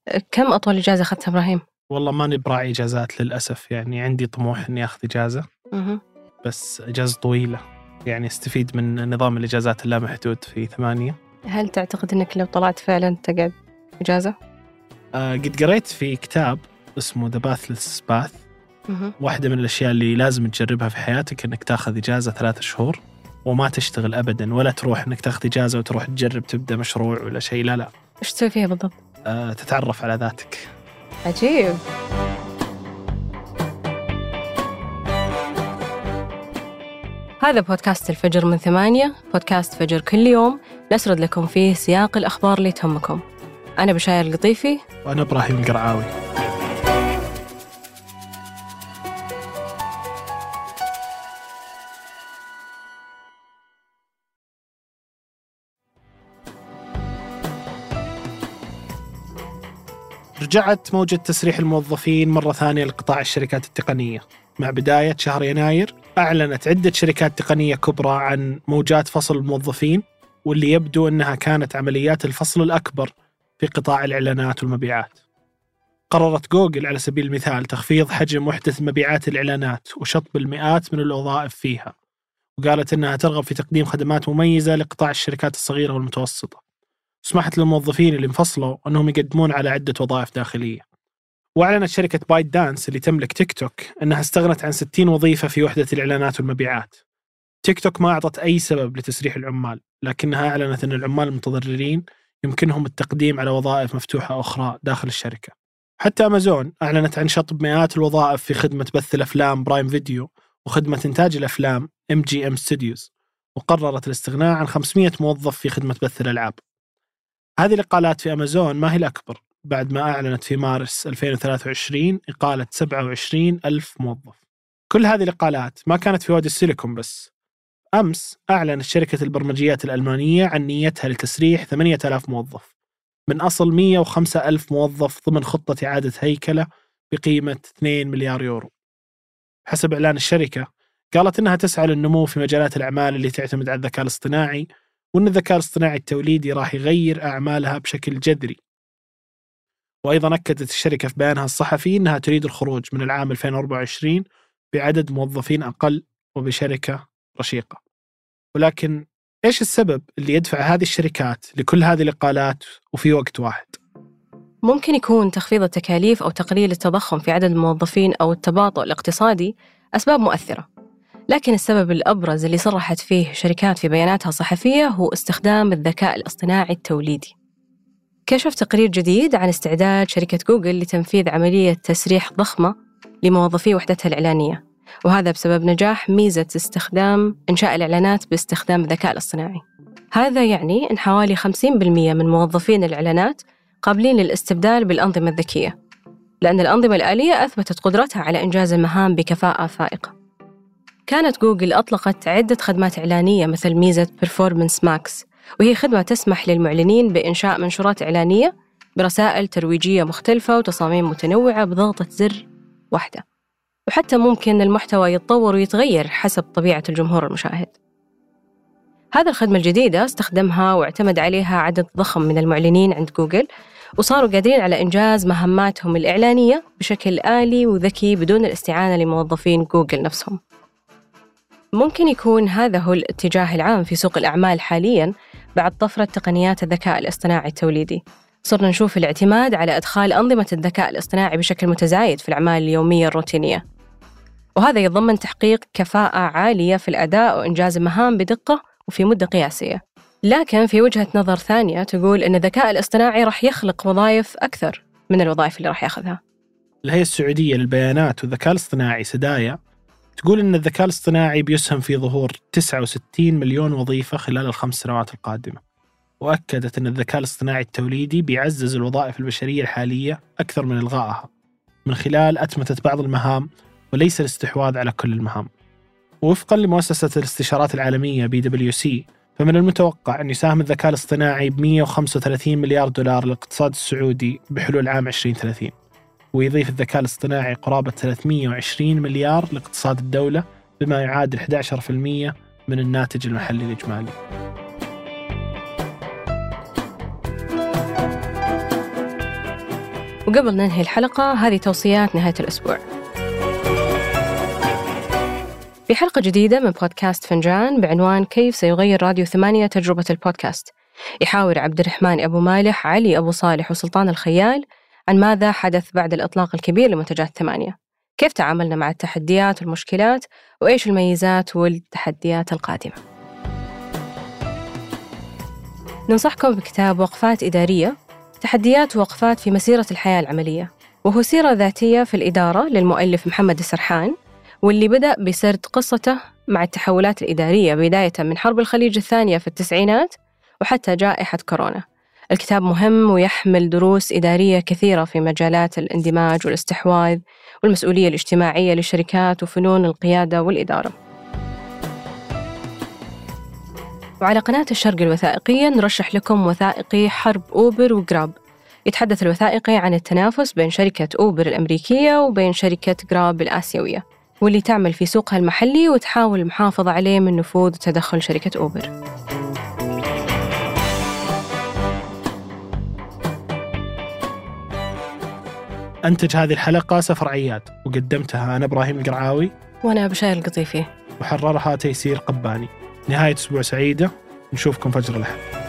كم أطول إجازة أخذتها إبراهيم؟ والله ماني براعي إجازات للأسف، يعني عندي طموح إني أخذ إجازة بس إجازة طويلة، يعني استفيد من نظام الإجازات اللامحدود في 8. هل تعتقد أنك لو طلعت فعلا تقعد إجازة؟ قد قريت في كتاب اسمه The Pathless Path. واحدة من الأشياء اللي لازم تجربها في حياتك إنك تاخذ إجازة 3 شهور وما تشتغل أبدا، ولا تروح إنك تاخذ إجازة وتروح تجرب تبدأ مشروع ولا شيء. لا إيش تسوي فيها بالضبط؟ تتعرف على ذاتك. عجيب. هذا بودكاست الفجر من 8، بودكاست فجر كل يوم نسرد لكم فيه سياق الأخبار اللي تهمكم. أنا بشاير القطيفي وأنا إبراهيم القرعاوي. رجعت موجة تسريح الموظفين مرة ثانية لقطاع الشركات التقنية. مع بداية شهر يناير أعلنت عدة شركات تقنية كبرى عن موجات فصل الموظفين، واللي يبدو أنها كانت عمليات الفصل الأكبر في قطاع الإعلانات والمبيعات. قررت جوجل على سبيل المثال تخفيض حجم وحدة مبيعات الإعلانات وشطب المئات من الوظائف فيها، وقالت أنها ترغب في تقديم خدمات مميزة لقطاع الشركات الصغيرة والمتوسطة. سمحت للموظفين اللي انفصلوا أنهم يقدمون على عدة وظائف داخلية. وأعلنت شركة بايت دانس اللي تملك تيك توك أنها استغنت عن 60 وظيفة في وحدة الإعلانات والمبيعات. تيك توك ما أعطت أي سبب لتسريح العمال، لكنها أعلنت أن العمال المتضررين يمكنهم التقديم على وظائف مفتوحة أخرى داخل الشركة. حتى أمازون أعلنت عن شطب مئات الوظائف في خدمة بث الأفلام برايم فيديو وخدمة إنتاج الأفلام MGM Studios، وقررت الاستغناء عن 500 موظف في خدمة بث الألعاب. هذه الإقالات في أمازون ما هي الأكبر، بعد ما أعلنت في مارس 2023 إقالة 27 ألف موظف. كل هذه الإقالات ما كانت في وادي السيليكون بس. أمس أعلنت شركة البرمجيات الألمانية عن نيتها لتسريح 8000 موظف من أصل 105 ألف موظف ضمن خطة إعادة هيكلة بقيمة 2 مليار يورو. حسب إعلان الشركة، قالت إنها تسعى للنمو في مجالات الأعمال اللي تعتمد على الذكاء الاصطناعي، وأن الذكاء الاصطناعي التوليدي راح يغير أعمالها بشكل جذري. وأيضا أكدت الشركة في بيانها الصحفي أنها تريد الخروج من العام 2024 بعدد موظفين أقل وبشركة رشيقة. ولكن إيش السبب اللي يدفع هذه الشركات لكل هذه الإقالات وفي وقت واحد؟ ممكن يكون تخفيض التكاليف أو تقليل التضخم في عدد الموظفين أو التباطؤ الاقتصادي أسباب مؤثرة، لكن السبب الأبرز اللي صرحت فيه شركات في بياناتها الصحفية هو استخدام الذكاء الاصطناعي التوليدي. كشف تقرير جديد عن استعداد شركة جوجل لتنفيذ عملية تسريح ضخمة لموظفي وحدتها الإعلانية، وهذا بسبب نجاح ميزة استخدام إنشاء الإعلانات باستخدام الذكاء الاصطناعي. هذا يعني أن حوالي 50% من موظفين الإعلانات قابلين للاستبدال بالأنظمة الذكية، لأن الأنظمة الآلية أثبتت قدرتها على إنجاز المهام بكفاءة فائقة. كانت جوجل أطلقت عدة خدمات إعلانية مثل ميزة Performance Max، وهي خدمة تسمح للمعلنين بإنشاء منشورات إعلانية برسائل ترويجية مختلفة وتصاميم متنوعة بضغطة زر واحدة، وحتى ممكن المحتوى يتطور ويتغير حسب طبيعة الجمهور المشاهد. هذه الخدمة الجديدة استخدمها واعتمد عليها عدد ضخم من المعلنين عند جوجل، وصاروا قادرين على إنجاز مهماتهم الإعلانية بشكل آلي وذكي بدون الاستعانة لموظفين جوجل نفسهم. ممكن يكون هذا هو الاتجاه العام في سوق الأعمال حالياً بعد طفرة تقنيات الذكاء الاصطناعي التوليدي. صرنا نشوف الاعتماد على إدخال أنظمة الذكاء الاصطناعي بشكل متزايد في الأعمال اليومية الروتينية، وهذا يتضمن تحقيق كفاءة عالية في الأداء وإنجاز المهام بدقة وفي مدة قياسية. لكن في وجهة نظر ثانية تقول أن الذكاء الاصطناعي راح يخلق وظائف أكثر من الوظائف اللي راح يأخذها. الهيئة السعودية للبيانات والذكاء الاصطناعي سدايا تقول أن الذكاء الاصطناعي بيسهم في ظهور 69 مليون وظيفة خلال ال5 سنوات القادمة، وأكدت أن الذكاء الاصطناعي التوليدي بيعزز الوظائف البشرية الحالية أكثر من إلغائها من خلال أتمتة بعض المهام وليس الاستحواذ على كل المهام. ووفقا لمؤسسة الاستشارات العالمية PwC، فمن المتوقع أن يساهم الذكاء الاصطناعي ب$135 مليار للاقتصاد السعودي بحلول عام 2030، ويضيف الذكاء الاصطناعي قرابة 320 مليار لاقتصاد الدولة، بما يعادل 11% من الناتج المحلي الإجمالي. وقبل ننهي الحلقة هذه توصيات نهاية الأسبوع. في حلقة جديدة من بودكاست فنجان بعنوان كيف سيغير راديو 8 تجربة البودكاست، يحاور عبد الرحمن أبو مالح، علي أبو صالح وسلطان الخيال عن ماذا حدث بعد الإطلاق الكبير لمنتجات 8، كيف تعاملنا مع التحديات والمشكلات، وإيش الميزات والتحديات القادمة. ننصحكم بكتاب وقفات إدارية، تحديات ووقفات في مسيرة الحياة العملية، وهو سيرة ذاتية في الإدارة للمؤلف محمد السرحان، واللي بدأ بسرد قصته مع التحولات الإدارية بداية من حرب الخليج الثانية في التسعينات وحتى جائحة كورونا. الكتاب مهم ويحمل دروس إدارية كثيرة في مجالات الاندماج والاستحواذ والمسؤولية الاجتماعية للشركات وفنون القيادة والإدارة. وعلى قناة الشرق الوثائقية نرشح لكم وثائقي حرب أوبر وجراب. يتحدث الوثائقي عن التنافس بين شركة أوبر الأمريكية وبين شركة جراب الآسيوية، واللي تعمل في سوقها المحلي وتحاول المحافظة عليه من نفوذ وتدخل شركة أوبر. أنتج هذه الحلقة سفر عياد، وقدمتها أنا إبراهيم القرعاوي وأنا بشاير القطيفي، وحررها تيسير قباني. نهاية أسبوع سعيدة، نشوفكم فجر الأحد.